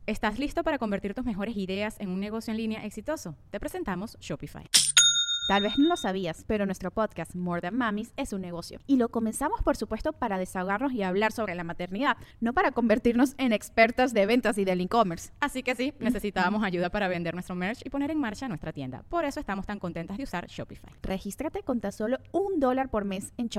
¿Estás listo para convertir tus mejores ideas en un negocio en línea exitoso? Te presentamos Shopify. Tal vez no lo sabías, pero nuestro podcast More Than Mamis es un negocio. Y lo comenzamos, por supuesto, para desahogarnos y hablar sobre la maternidad, no para convertirnos en expertas de ventas y del e-commerce. Así que sí, necesitábamos ayuda para vender nuestro merch y poner en marcha nuestra tienda. Por eso estamos tan contentas de usar Shopify. Regístrate con tan solo $1 por mes en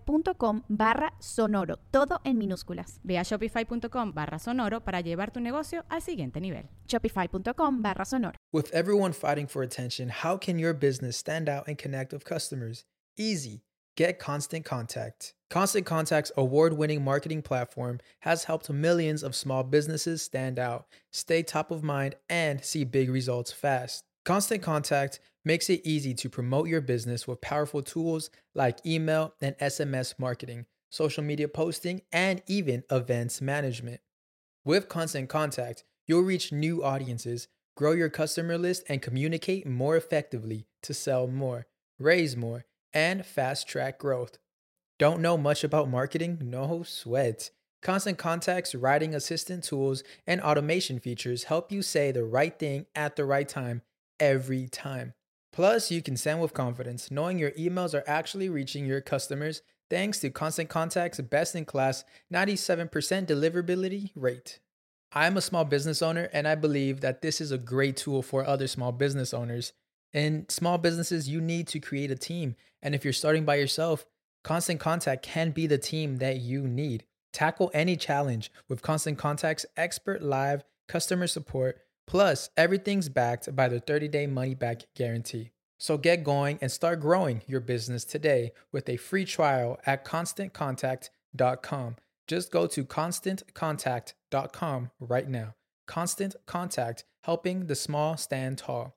shopify.com/sonoro, todo en minúsculas. Ve a shopify.com/sonoro para llevar tu negocio al siguiente nivel. Shopify.com/sonoro. With everyone fighting for attention, how can your business stand out and connect with customers? Easy. Get Constant Contact. Constant Contact's award-winning marketing platform has helped millions of small businesses stand out, stay top of mind, and see big results fast. Constant Contact makes it easy to promote your business with powerful tools like email and SMS marketing, social media posting, and even events management. With Constant Contact, you'll reach new audiences, grow your customer list, and communicate more effectively to sell more, raise more, and fast-track growth. Don't know much about marketing? No sweat. Constant Contact's writing assistant tools and automation features help you say the right thing at the right time every time. Plus, you can send with confidence, knowing your emails are actually reaching your customers thanks to Constant Contact's best-in-class 97% deliverability rate. I'm a small business owner, and I believe that this is a great tool for other small business owners. In small businesses, you need to create a team. And if you're starting by yourself, Constant Contact can be the team that you need. Tackle any challenge with Constant Contact's expert live customer support. Plus, everything's backed by the 30-day money-back guarantee. So get going and start growing your business today with a free trial at ConstantContact.com. Just go to ConstantContact.com right now. Constant Contact, helping the small stand tall.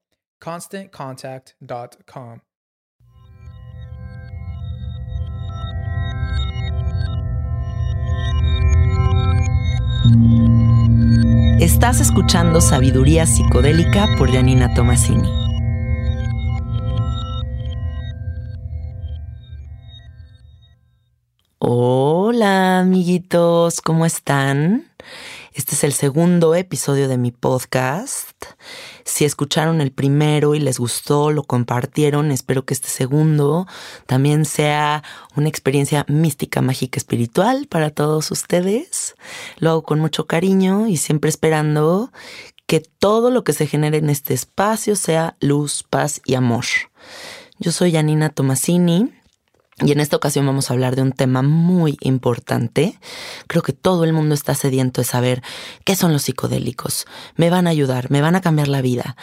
ConstantContact.com. Estás escuchando Sabiduría Psicodélica por Janina Tomasini. Hola amiguitos, ¿cómo están? Este es el segundo episodio de mi podcast. Si escucharon el primero y les gustó, lo compartieron, espero que este segundo también sea una experiencia mística, mágica, espiritual para todos ustedes. Lo hago con mucho cariño y siempre esperando que todo lo que se genere en este espacio sea luz, paz y amor. Yo soy Janina Tomasini. Y en esta ocasión vamos a hablar de un tema muy importante. Creo que todo el mundo está sediento de saber qué son los psicodélicos. Me van a ayudar, me van a cambiar la vida.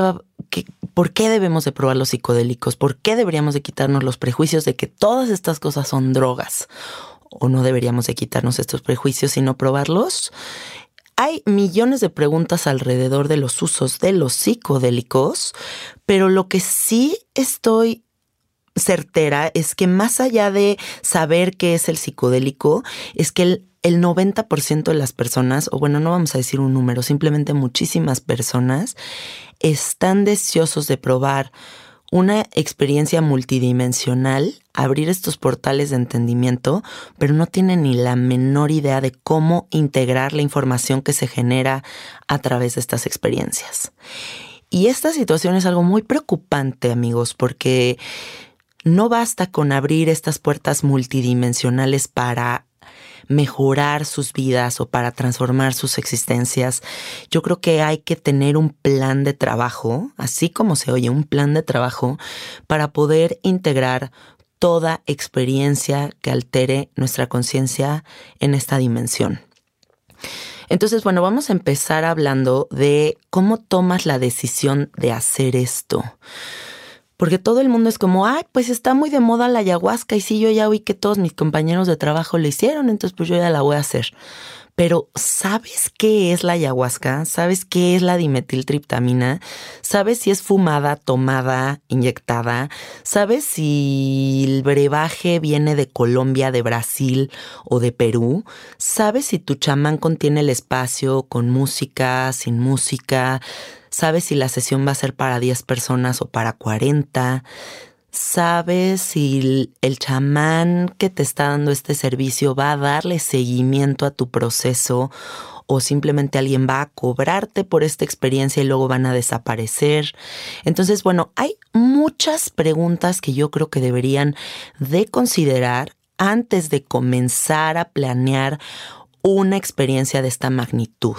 ¿Por qué debemos de probar los psicodélicos? ¿Por qué deberíamos de quitarnos los prejuicios de que todas estas cosas son drogas? ¿O no deberíamos de quitarnos estos prejuicios y no probarlos? Hay millones de preguntas alrededor de los usos de los psicodélicos, pero lo que sí estoy certera es que más allá de saber qué es el psicodélico, es que el 90% de las personas, o bueno, no vamos a decir un número, simplemente muchísimas personas están deseosos de probar una experiencia multidimensional, abrir estos portales de entendimiento, pero no tienen ni la menor idea de cómo integrar la información que se genera a través de estas experiencias. Y esta situación es algo muy preocupante, amigos, porque no basta con abrir estas puertas multidimensionales para mejorar sus vidas o para transformar sus existencias. Yo creo que hay que tener un plan de trabajo, así como se oye, un plan de trabajo para poder integrar toda experiencia que altere nuestra conciencia en esta dimensión. Entonces, bueno, vamos a empezar hablando de cómo tomas la decisión de hacer esto. Porque todo el mundo es como, ay, pues está muy de moda la ayahuasca y sí, yo ya oí que todos mis compañeros de trabajo lo hicieron, entonces pues yo ya la voy a hacer. Pero ¿sabes qué es la ayahuasca? ¿Sabes qué es la dimetiltriptamina? ¿Sabes si es fumada, tomada, inyectada? ¿Sabes si el brebaje viene de Colombia, de Brasil o de Perú? ¿Sabes si tu chamán contiene el espacio con música, sin música? ¿Sabes si la sesión va a ser para 10 personas o para 40? ¿Sabes si el chamán que te está dando este servicio va a darle seguimiento a tu proceso o simplemente alguien va a cobrarte por esta experiencia y luego van a desaparecer. Entonces, bueno, hay muchas preguntas que yo creo que deberían de considerar antes de comenzar a planear una experiencia de esta magnitud.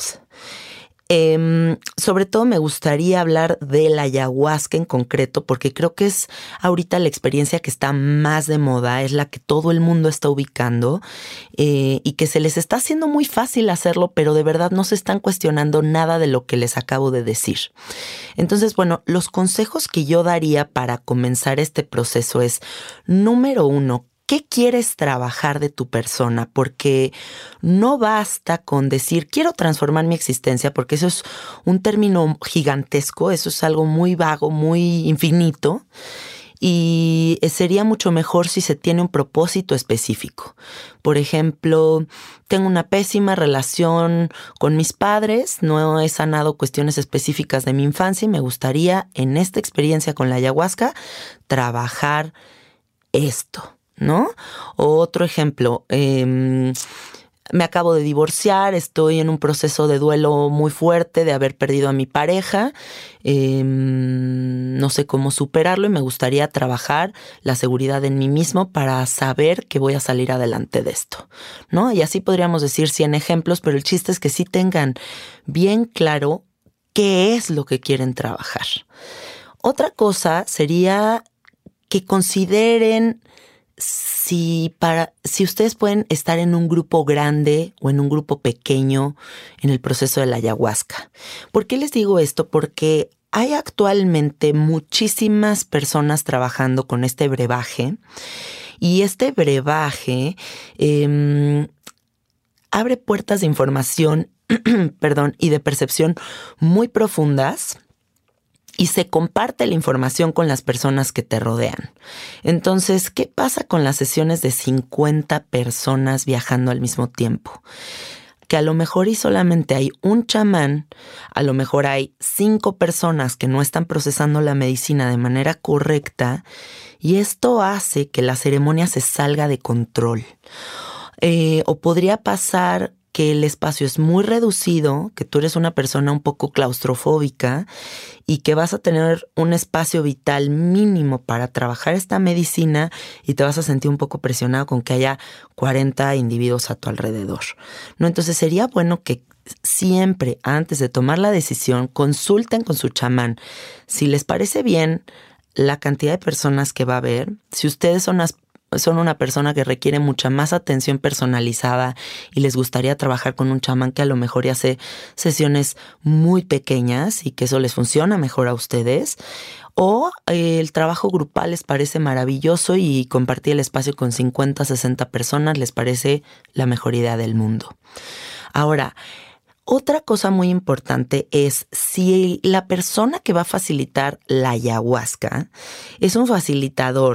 Sobre todo me gustaría hablar de la ayahuasca en concreto, porque creo que es ahorita la experiencia que está más de moda, es la que todo el mundo está ubicando y que se les está haciendo muy fácil hacerlo, pero de verdad no se están cuestionando nada de lo que les acabo de decir. Entonces, bueno, los consejos que yo daría para comenzar este proceso es, número 1, ¿qué quieres trabajar de tu persona? Porque no basta con decir, quiero transformar mi existencia, porque eso es un término gigantesco, eso es algo muy vago, muy infinito, y sería mucho mejor si se tiene un propósito específico. Por ejemplo, tengo una pésima relación con mis padres, no he sanado cuestiones específicas de mi infancia y me gustaría en esta experiencia con la ayahuasca trabajar esto, ¿no? Otro ejemplo, me acabo de divorciar, estoy en un proceso de duelo muy fuerte de haber perdido a mi pareja, no sé cómo superarlo y me gustaría trabajar la seguridad en mí mismo para saber que voy a salir adelante de esto, ¿no? Y así podríamos decir 100 ejemplos, pero el chiste es que sí tengan bien claro qué es lo que quieren trabajar. Otra cosa sería que consideren si ustedes pueden estar en un grupo grande o en un grupo pequeño en el proceso de la ayahuasca. ¿Por qué les digo esto? Porque hay actualmente muchísimas personas trabajando con este brebaje y este brebaje abre puertas de información y de percepción muy profundas. Y se comparte la información con las personas que te rodean. Entonces, ¿qué pasa con las sesiones de 50 personas viajando al mismo tiempo? Que a lo mejor y solamente hay un chamán, a lo mejor hay 5 personas que no están procesando la medicina de manera correcta y esto hace que la ceremonia se salga de control. O podría pasar que el espacio es muy reducido, que tú eres una persona un poco claustrofóbica y que vas a tener un espacio vital mínimo para trabajar esta medicina y te vas a sentir un poco presionado con que haya 40 individuos a tu alrededor, ¿no? Entonces sería bueno que siempre antes de tomar la decisión consulten con su chamán si les parece bien la cantidad de personas que va a haber, si ustedes son una persona que requiere mucha más atención personalizada y les gustaría trabajar con un chamán que a lo mejor ya hace sesiones muy pequeñas y que eso les funciona mejor a ustedes, o el trabajo grupal les parece maravilloso y compartir el espacio con 50, 60 personas les parece la mejor idea del mundo. Ahora, otra cosa muy importante es si la persona que va a facilitar la ayahuasca es un facilitador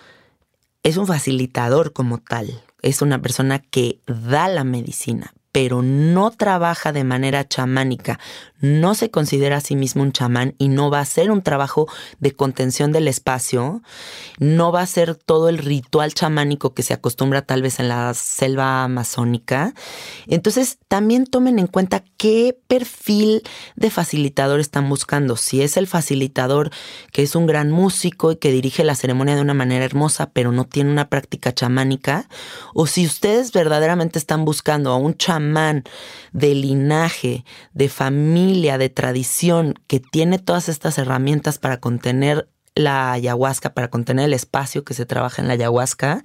como tal, es una persona que da la medicina, pero no trabaja de manera chamánica, no se considera a sí mismo un chamán y no va a hacer un trabajo de contención del espacio, no va a hacer todo el ritual chamánico que se acostumbra tal vez en la selva amazónica. Entonces también tomen en cuenta qué perfil de facilitador están buscando. Si es el facilitador que es un gran músico y que dirige la ceremonia de una manera hermosa, pero no tiene una práctica chamánica, o si ustedes verdaderamente están buscando a un chamán de linaje, de familia, de tradición, que tiene todas estas herramientas para contener la ayahuasca, para contener el espacio que se trabaja en la ayahuasca,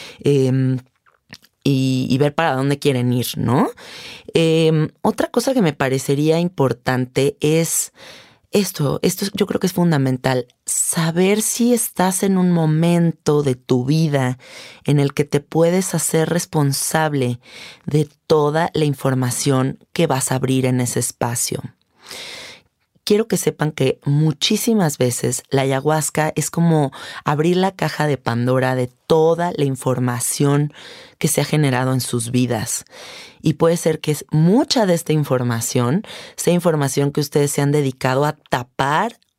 y ver para dónde quieren ir, ¿no? Otra cosa que me parecería importante es esto yo creo que es fundamental, saber si estás en un momento de tu vida en el que te puedes hacer responsable de toda la información que vas a abrir en ese espacio. Quiero que sepan que muchísimas veces la ayahuasca es como abrir la caja de Pandora de toda la información que se ha generado en sus vidas. Y puede ser que mucha de esta información sea información que ustedes se han dedicado a tapar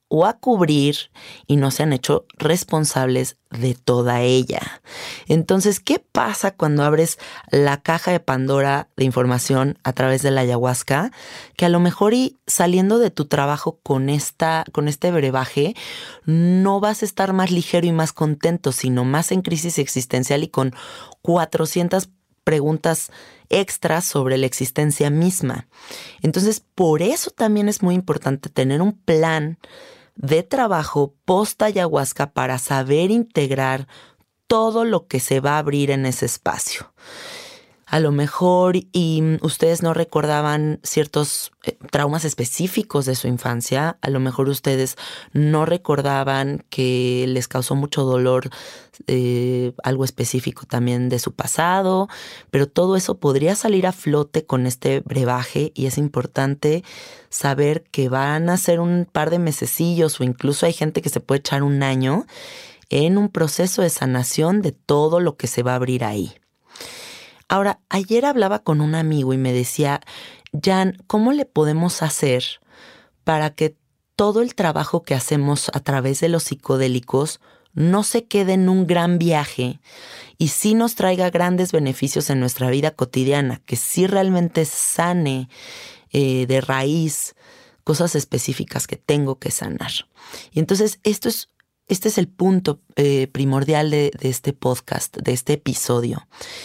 o a cubrir y no se han hecho responsables de toda ella. Entonces, ¿qué pasa cuando abres la caja de Pandora de información a través de la ayahuasca? Que a lo mejor y saliendo de tu trabajo con este brebaje, no vas a estar más ligero y más contento, sino más en crisis existencial y con 400 preguntas extras sobre la existencia misma. Entonces, por eso también es muy importante tener un plan de trabajo post ayahuasca para saber integrar todo lo que se va a abrir en ese espacio. A lo mejor y ustedes no recordaban ciertos traumas específicos de su infancia. A lo mejor ustedes no recordaban que les causó mucho dolor algo específico también de su pasado. Pero todo eso podría salir a flote con este brebaje y es importante saber que van a ser un par de mesecillos o incluso hay gente que se puede echar un año en un proceso de sanación de todo lo que se va a abrir ahí. Ahora, ayer hablaba con un amigo y me decía, Jan, ¿cómo le podemos hacer para que todo el trabajo que hacemos a través de los psicodélicos no se quede en un gran viaje y sí nos traiga grandes beneficios en nuestra vida cotidiana, que sí realmente sane de raíz cosas específicas que tengo que sanar? Y entonces este es el punto primordial de este podcast, de este episodio.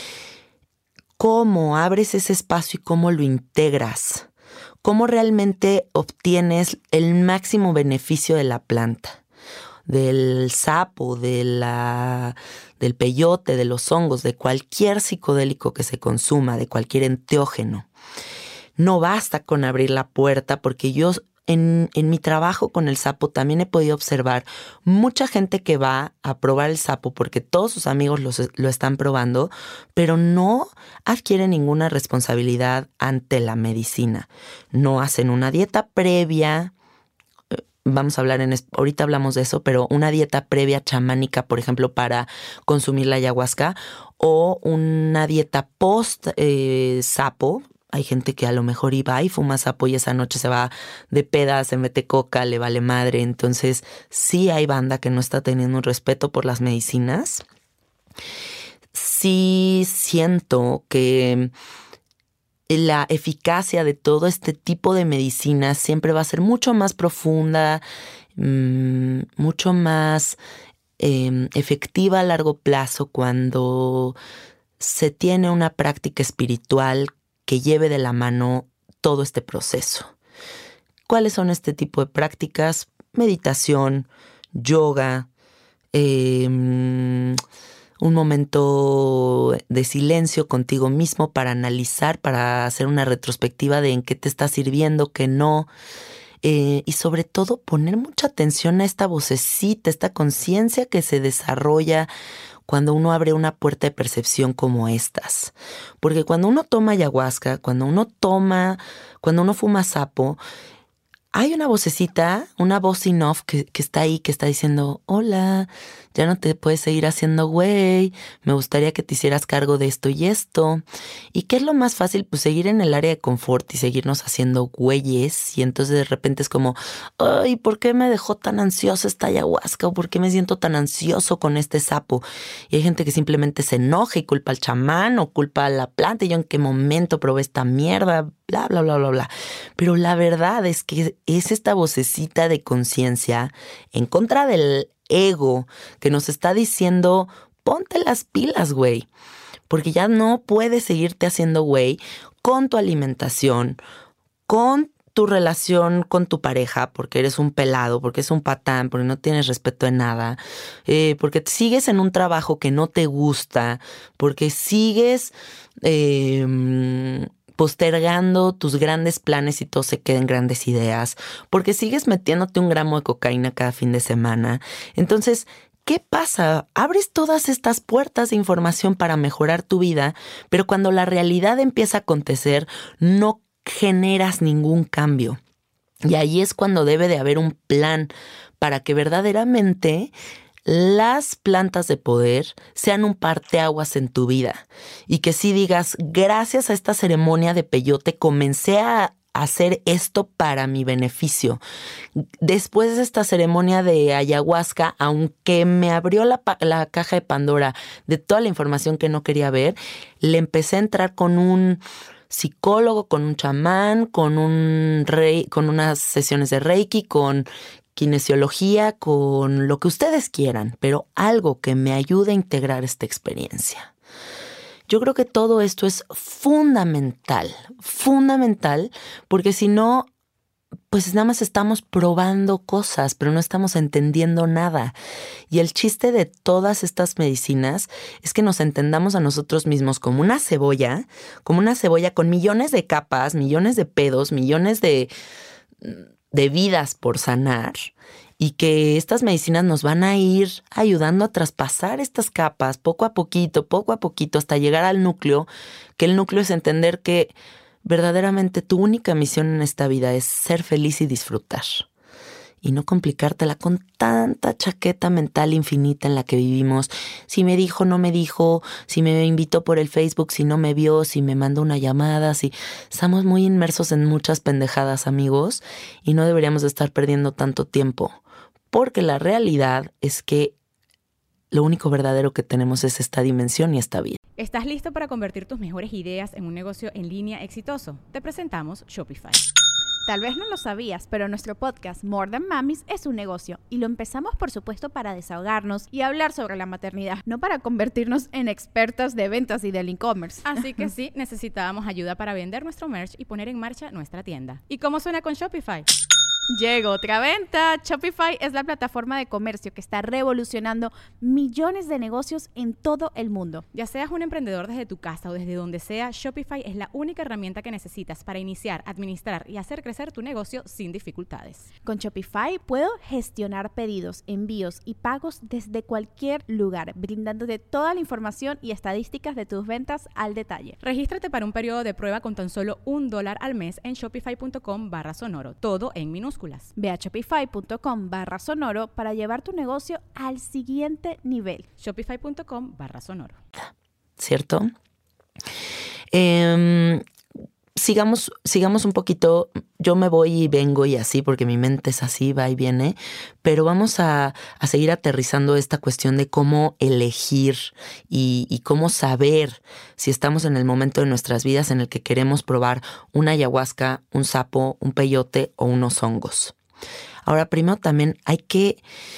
¿Cómo abres ese espacio y cómo lo integras? ¿Cómo realmente obtienes el máximo beneficio de la planta? Del sapo, del peyote, de los hongos, de cualquier psicodélico que se consuma, de cualquier enteógeno. No basta con abrir la puerta porque yo en mi trabajo con el sapo también he podido observar mucha gente que va a probar el sapo porque todos sus amigos lo están probando, pero no adquieren ninguna responsabilidad ante la medicina. No hacen una dieta previa. Vamos a hablar ahorita hablamos de eso, pero una dieta previa chamánica, por ejemplo, para consumir la ayahuasca o una dieta post sapo. Hay gente que a lo mejor iba y fuma sapo y esa noche se va de peda, se mete coca, le vale madre. Entonces sí hay banda que no está teniendo un respeto por las medicinas. Sí siento que la eficacia de todo este tipo de medicinas siempre va a ser mucho más profunda, mucho más efectiva a largo plazo cuando se tiene una práctica espiritual que lleve de la mano todo este proceso. ¿Cuáles son este tipo de prácticas? Meditación, yoga, un momento de silencio contigo mismo para analizar, para hacer una retrospectiva de en qué te está sirviendo, qué no. Y sobre todo poner mucha atención a esta vocecita, esta conciencia que se desarrolla cuando uno abre una puerta de percepción como estas. Porque cuando uno toma ayahuasca, cuando uno fuma sapo, hay una vocecita, una voz in off que está ahí, que está diciendo, hola, ya no te puedes seguir haciendo güey, me gustaría que te hicieras cargo de esto y esto. ¿Y qué es lo más fácil? Pues seguir en el área de confort y seguirnos haciendo güeyes. Y entonces de repente es como, ay, ¿por qué me dejó tan ansiosa esta ayahuasca? ¿O por qué me siento tan ansioso con este sapo? Y hay gente que simplemente se enoja y culpa al chamán o culpa a la planta. Y yo en qué momento probé esta mierda, bla, bla, bla, bla, bla. Pero la verdad es que es esta vocecita de conciencia en contra del ego que nos está diciendo, ponte las pilas, güey. Porque ya no puedes seguirte haciendo güey con tu alimentación, con tu relación con tu pareja, porque eres un pelado, porque es un patán, porque no tienes respeto de nada, porque sigues en un trabajo que no te gusta, porque sigues postergando tus grandes planes y todo se queda en grandes ideas, porque sigues metiéndote un gramo de cocaína cada fin de semana. Entonces, ¿qué pasa? Abres todas estas puertas de información para mejorar tu vida, pero cuando la realidad empieza a acontecer, no generas ningún cambio. Y ahí es cuando debe de haber un plan para que verdaderamente las plantas de poder sean un parteaguas en tu vida y que sí digas, gracias a esta ceremonia de peyote comencé a hacer esto para mi beneficio. Después de esta ceremonia de ayahuasca, aunque me abrió la caja de Pandora de toda la información que no quería ver, le empecé a entrar con un psicólogo, con un chamán, con unas sesiones de Reiki, con kinesiología, con lo que ustedes quieran, pero algo que me ayude a integrar esta experiencia. Yo creo que todo esto es fundamental, porque si no, pues nada más estamos probando cosas, pero no estamos entendiendo nada. Y el chiste de todas estas medicinas es que nos entendamos a nosotros mismos como una cebolla con millones de capas, millones de pedos, millones de vidas por sanar, y que estas medicinas nos van a ir ayudando a traspasar estas capas poco a poquito, hasta llegar al núcleo, que el núcleo es entender que verdaderamente tu única misión en esta vida es ser feliz y disfrutar. Y no complicártela con tanta chaqueta mental infinita en la que vivimos. Si me dijo, no me dijo, si me invitó por el Facebook, si no me vio, si me mandó una llamada, si... Estamos muy inmersos en muchas pendejadas, amigos, y no deberíamos estar perdiendo tanto tiempo. Porque la realidad es que lo único verdadero que tenemos es esta dimensión y esta vida. ¿Estás listo para convertir tus mejores ideas en un negocio en línea exitoso? Te presentamos Shopify. Tal vez no lo sabías, pero nuestro podcast More Than Mamis es un negocio y lo empezamos por supuesto para desahogarnos y hablar sobre la maternidad, no para convertirnos en expertas de ventas y del e-commerce. Así que sí, necesitábamos ayuda para vender nuestro merch y poner en marcha nuestra tienda. ¿Y cómo suena con Shopify? Llegó otra venta. Shopify es la plataforma de comercio que está revolucionando millones de negocios en todo el mundo. Ya seas un emprendedor desde tu casa o desde donde sea, Shopify es la única herramienta que necesitas para iniciar, administrar y hacer crecer tu negocio sin dificultades. Con Shopify puedo gestionar pedidos, envíos y pagos desde cualquier lugar, brindándote toda la información y estadísticas de tus ventas al detalle. Regístrate para un periodo de prueba con tan solo $1 al mes en shopify.com/sonoro, todo en minúsculas. Ve a shopify.com/sonoro para llevar tu negocio al siguiente nivel. Shopify.com/sonoro. ¿Cierto? Sigamos un poquito. Yo me voy y vengo y así, porque mi mente es así, va y viene. Pero vamos a seguir aterrizando esta cuestión de cómo elegir y cómo saber si estamos en el momento de nuestras vidas en el que queremos probar una ayahuasca, un sapo, un peyote o unos hongos. Ahora, primero también hay que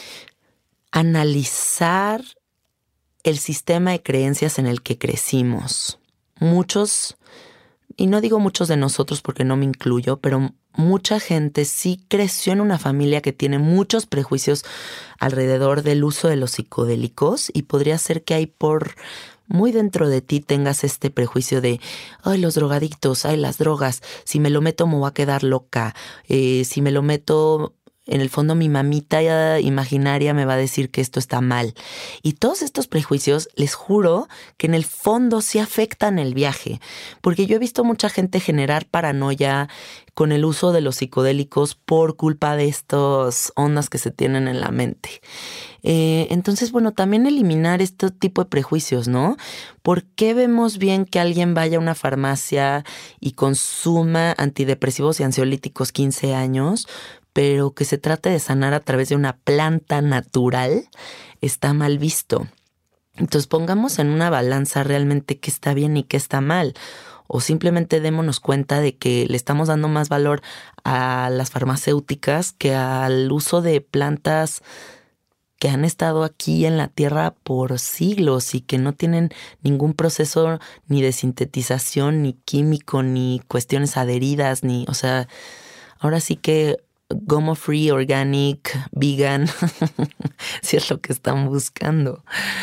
analizar el sistema de creencias en el que crecimos. Muchos, y no digo muchos de nosotros porque no me incluyo, pero mucha gente sí creció en una familia que tiene muchos prejuicios alrededor del uso de los psicodélicos, y podría ser que hay muy dentro de ti tengas este prejuicio de ay, los drogadictos, ay, las drogas, si me lo meto me voy a quedar loca, si me lo meto, en el fondo mi mamita imaginaria me va a decir que esto está mal. Y todos estos prejuicios, les juro que en el fondo sí afectan el viaje, porque yo he visto mucha gente generar paranoia con el uso de los psicodélicos por culpa de estas ondas que se tienen en la mente. Entonces, bueno, también eliminar este tipo de prejuicios, ¿no? ¿Por qué vemos bien que alguien vaya a una farmacia y consuma antidepresivos y ansiolíticos 15 años, pero que se trate de sanar a través de una planta natural? Está mal visto. Entonces pongamos en una balanza realmente qué está bien y qué está mal. O simplemente démonos cuenta de que le estamos dando más valor a las farmacéuticas que al uso de plantas que han estado aquí en la tierra por siglos y que no tienen ningún proceso ni de sintetización, ni químico, ni cuestiones adheridas, o sea, ahora sí que GMO free, organic, vegan, si es lo que están buscando.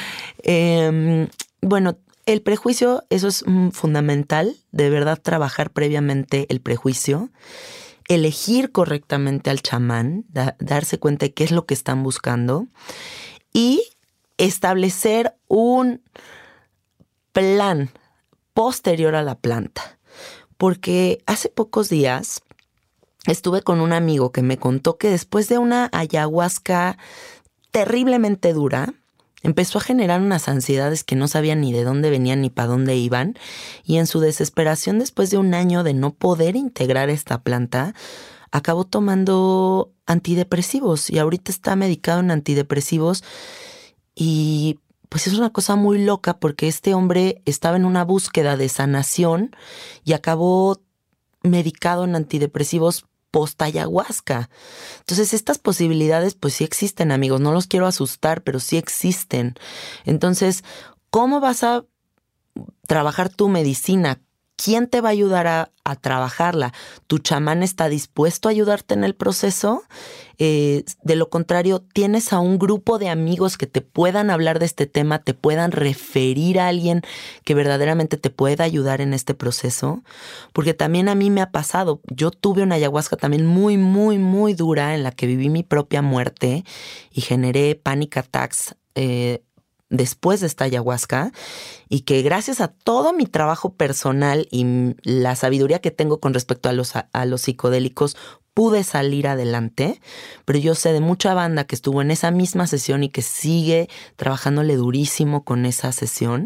Bueno, el prejuicio, eso es fundamental, de verdad trabajar previamente el prejuicio, elegir correctamente al chamán, darse cuenta de qué es lo que están buscando y establecer un plan posterior a la planta. Porque hace pocos días estuve con un amigo que me contó que después de una ayahuasca terriblemente dura, empezó a generar unas ansiedades que no sabía ni de dónde venían ni para dónde iban, y en su desesperación, después de un año de no poder integrar esta planta, acabó tomando antidepresivos y ahorita está medicado en antidepresivos. Y pues es una cosa muy loca porque este hombre estaba en una búsqueda de sanación y acabó medicado en antidepresivos post-ayahuasca. Entonces estas posibilidades pues sí existen, amigos. No los quiero asustar, pero sí existen. Entonces, ¿cómo vas a trabajar tu medicina? ¿Quién te va a ayudar a trabajarla? ¿Tu chamán está dispuesto a ayudarte en el proceso? De lo contrario, ¿tienes a un grupo de amigos que te puedan hablar de este tema, te puedan referir a alguien que verdaderamente te pueda ayudar en este proceso? Porque también a mí me ha pasado. Yo tuve una ayahuasca también muy, muy, muy dura en la que viví mi propia muerte y generé panic attacks después de esta ayahuasca, y que gracias a todo mi trabajo personal y la sabiduría que tengo con respecto a los psicodélicos pude salir adelante. Pero yo sé de mucha banda que estuvo en esa misma sesión y que sigue trabajándole durísimo con esa sesión.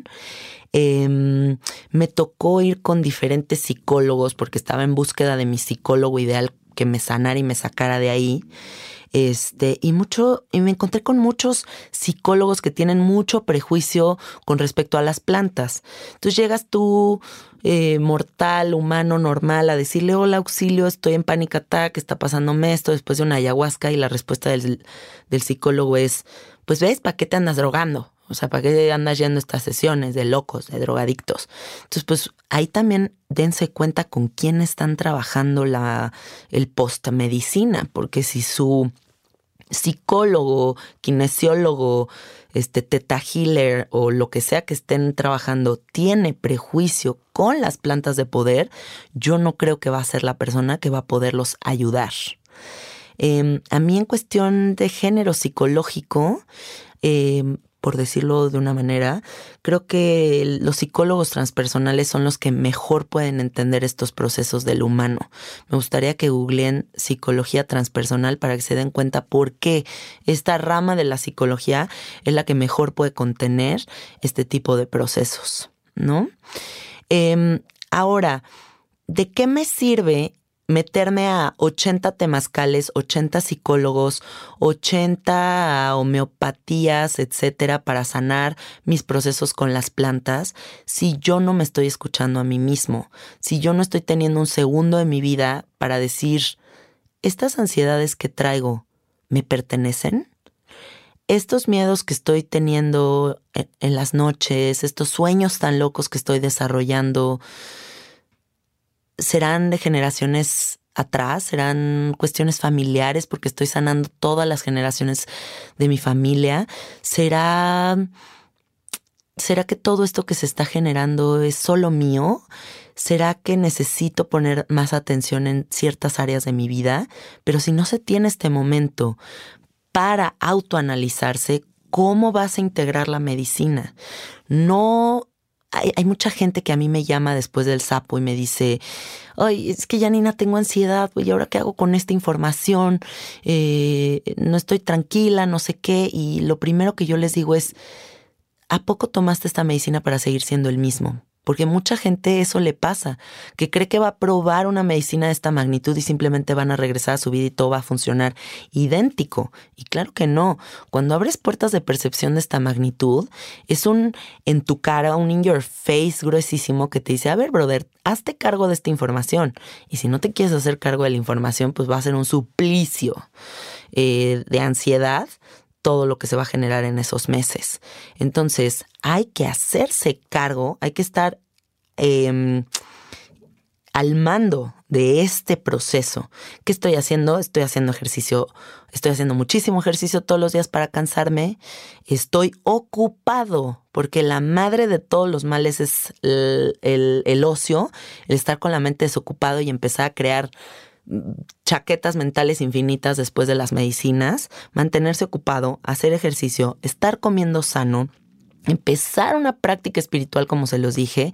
Me tocó ir con diferentes psicólogos porque estaba en búsqueda de mi psicólogo ideal que me sanara y me sacara de ahí. Y me encontré con muchos psicólogos que tienen mucho prejuicio con respecto a las plantas. Entonces llegas tú, mortal, humano, normal, a decirle: hola, auxilio, estoy en panic attack, está pasándome esto después de una ayahuasca, y la respuesta del psicólogo es: pues ves, ¿para qué te andas drogando? O sea, ¿para qué andas yendo a estas sesiones de locos, de drogadictos? Entonces, pues ahí también dense cuenta con quién están trabajando el post-medicina, porque si su psicólogo, kinesiólogo, teta healer o lo que sea que estén trabajando tiene prejuicio con las plantas de poder, yo no creo que va a ser la persona que va a poderlos ayudar. A mí, en cuestión de género psicológico, por decirlo de una manera, creo que los psicólogos transpersonales son los que mejor pueden entender estos procesos del humano. Me gustaría que googleen psicología transpersonal para que se den cuenta por qué esta rama de la psicología es la que mejor puede contener este tipo de procesos, ¿no? Ahora, ¿de qué me sirve meterme a 80 temazcales, 80 psicólogos, 80 homeopatías, etcétera, para sanar mis procesos con las plantas, si yo no me estoy escuchando a mí mismo? Si yo no estoy teniendo un segundo de mi vida para decir: ¿estas ansiedades que traigo me pertenecen? Estos miedos que estoy teniendo en las noches, estos sueños tan locos que estoy desarrollando, ¿serán de generaciones atrás? ¿Serán cuestiones familiares porque estoy sanando todas las generaciones de mi familia? ¿Será que todo esto que se está generando es solo mío? ¿Será que necesito poner más atención en ciertas áreas de mi vida? Pero si no se tiene este momento para autoanalizarse, ¿cómo vas a integrar la medicina? No. Hay mucha gente que a mí me llama después del sapo y me dice: ay, es que Janina, tengo ansiedad, ¿y ahora qué hago con esta información? No estoy tranquila, no sé qué. Y lo primero que yo les digo es: ¿a poco tomaste esta medicina para seguir siendo el mismo? Porque mucha gente eso le pasa, que cree que va a probar una medicina de esta magnitud y simplemente van a regresar a su vida y todo va a funcionar idéntico. Y claro que no. Cuando abres puertas de percepción de esta magnitud, es un en tu cara, un in your face gruesísimo que te dice: a ver, brother, hazte cargo de esta información. Y si no te quieres hacer cargo de la información, pues va a ser un suplicio de ansiedad todo lo que se va a generar en esos meses. Entonces, hay que hacerse cargo, hay que estar al mando de este proceso. ¿Qué estoy haciendo? Estoy haciendo ejercicio, estoy haciendo muchísimo ejercicio todos los días para cansarme. Estoy ocupado, porque la madre de todos los males es el ocio, el estar con la mente desocupado y empezar a crear chaquetas mentales infinitas después de las medicinas. Mantenerse ocupado, hacer ejercicio, estar comiendo sano, empezar una práctica espiritual, como se los dije.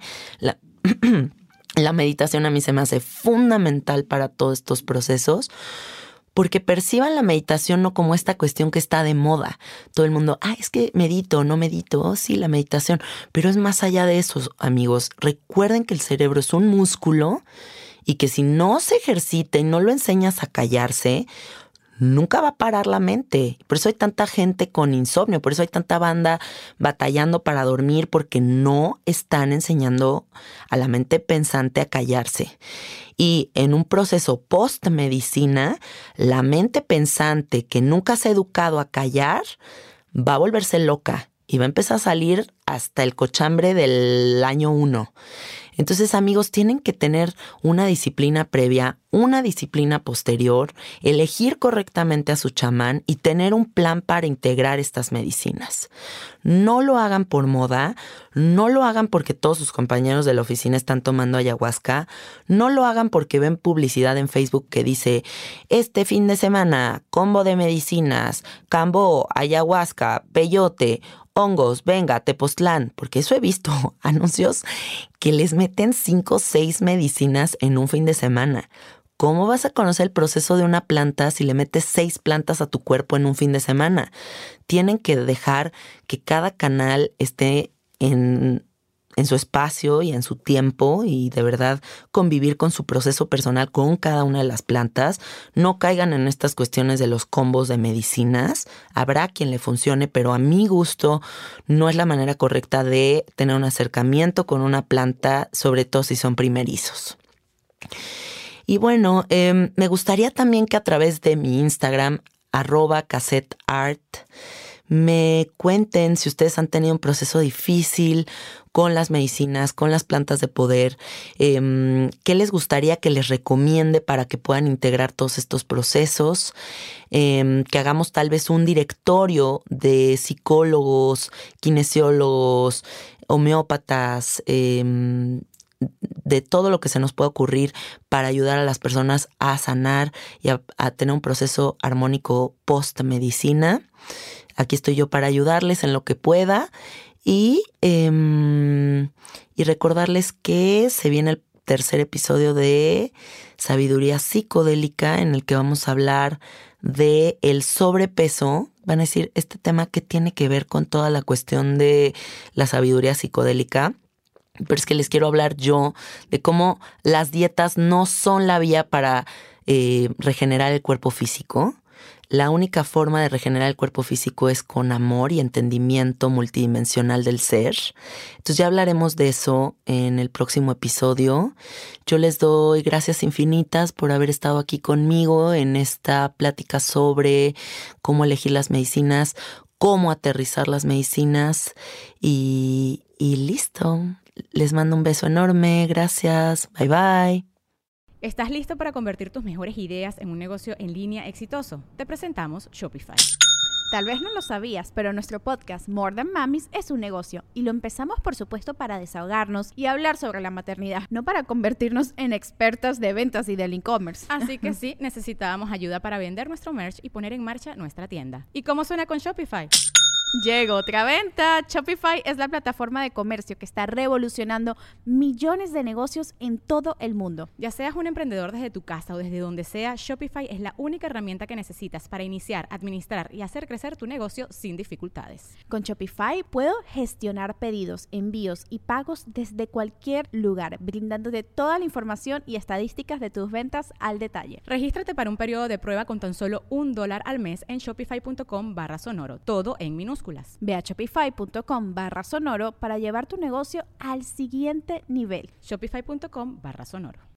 La meditación a mí se me hace fundamental para todos estos procesos, porque perciban la meditación no como esta cuestión que está de moda. Todo el mundo, es que medito, no medito. Oh, sí, la meditación. Pero es más allá de eso, amigos. Recuerden que el cerebro es un músculo y que si no se ejercita y no lo enseñas a callarse, nunca va a parar la mente. Por eso hay tanta gente con insomnio, por eso hay tanta banda batallando para dormir, porque no están enseñando a la mente pensante a callarse. Y en un proceso post-medicina, la mente pensante que nunca se ha educado a callar va a volverse loca y va a empezar a salir hasta el cochambre del año 1. Entonces, amigos, tienen que tener una disciplina previa, una disciplina posterior, elegir correctamente a su chamán y tener un plan para integrar estas medicinas. No lo hagan por moda, no lo hagan porque todos sus compañeros de la oficina están tomando ayahuasca, no lo hagan porque ven publicidad en Facebook que dice, este fin de semana, combo de medicinas, cambó, ayahuasca, peyote, hongos, venga, Tepoztlán, porque eso he visto anuncios que les meten 5 o 6 medicinas en un fin de semana. ¿Cómo vas a conocer el proceso de una planta si le metes 6 plantas a tu cuerpo en un fin de semana? Tienen que dejar que cada canal esté en su espacio y en su tiempo y de verdad convivir con su proceso personal con cada una de las plantas. No caigan en estas cuestiones de los combos de medicinas. Habrá quien le funcione, pero a mi gusto no es la manera correcta de tener un acercamiento con una planta, sobre todo si son primerizos. Y bueno, me gustaría también que a través de mi Instagram, @cassetteart, me cuenten si ustedes han tenido un proceso difícil con las medicinas, con las plantas de poder, qué les gustaría que les recomiende para que puedan integrar todos estos procesos, que hagamos tal vez un directorio de psicólogos, kinesiólogos, homeópatas, de todo lo que se nos pueda ocurrir para ayudar a las personas a sanar y a tener un proceso armónico post-medicina. Aquí estoy yo para ayudarles en lo que pueda y recordarles que se viene el tercer episodio de Sabiduría Psicodélica, en el que vamos a hablar de el sobrepeso. Van a decir, este tema que tiene que ver con toda la cuestión de la sabiduría psicodélica. Pero es que les quiero hablar yo de cómo las dietas no son la vía para regenerar el cuerpo físico. La única forma de regenerar el cuerpo físico es con amor y entendimiento multidimensional del ser. Entonces ya hablaremos de eso en el próximo episodio. Yo les doy gracias infinitas por haber estado aquí conmigo en esta plática sobre cómo elegir las medicinas, cómo aterrizar las medicinas y listo. Les mando un beso enorme. Gracias. Bye bye. ¿Estás listo para convertir tus mejores ideas en un negocio en línea exitoso? Te presentamos Shopify. Tal vez no lo sabías, pero nuestro podcast More Than Mamis es un negocio y lo empezamos por supuesto para desahogarnos y hablar sobre la maternidad, no para convertirnos en expertas de ventas y del e-commerce. Así que sí, necesitábamos ayuda para vender nuestro merch y poner en marcha nuestra tienda. ¿Y cómo suena con Shopify? Llegó otra venta. Shopify es la plataforma de comercio que está revolucionando millones de negocios en todo el mundo. Ya seas un emprendedor desde tu casa o desde donde sea, Shopify es la única herramienta que necesitas para iniciar, administrar y hacer crecer tu negocio sin dificultades. Con Shopify puedo gestionar pedidos, envíos y pagos desde cualquier lugar, brindándote toda la información y estadísticas de tus ventas al detalle. Regístrate para un periodo de prueba con tan solo $1 al mes en shopify.com/sonoro, todo en minúsculas. Ve a shopify.com/sonoro para llevar tu negocio al siguiente nivel. Shopify.com/sonoro.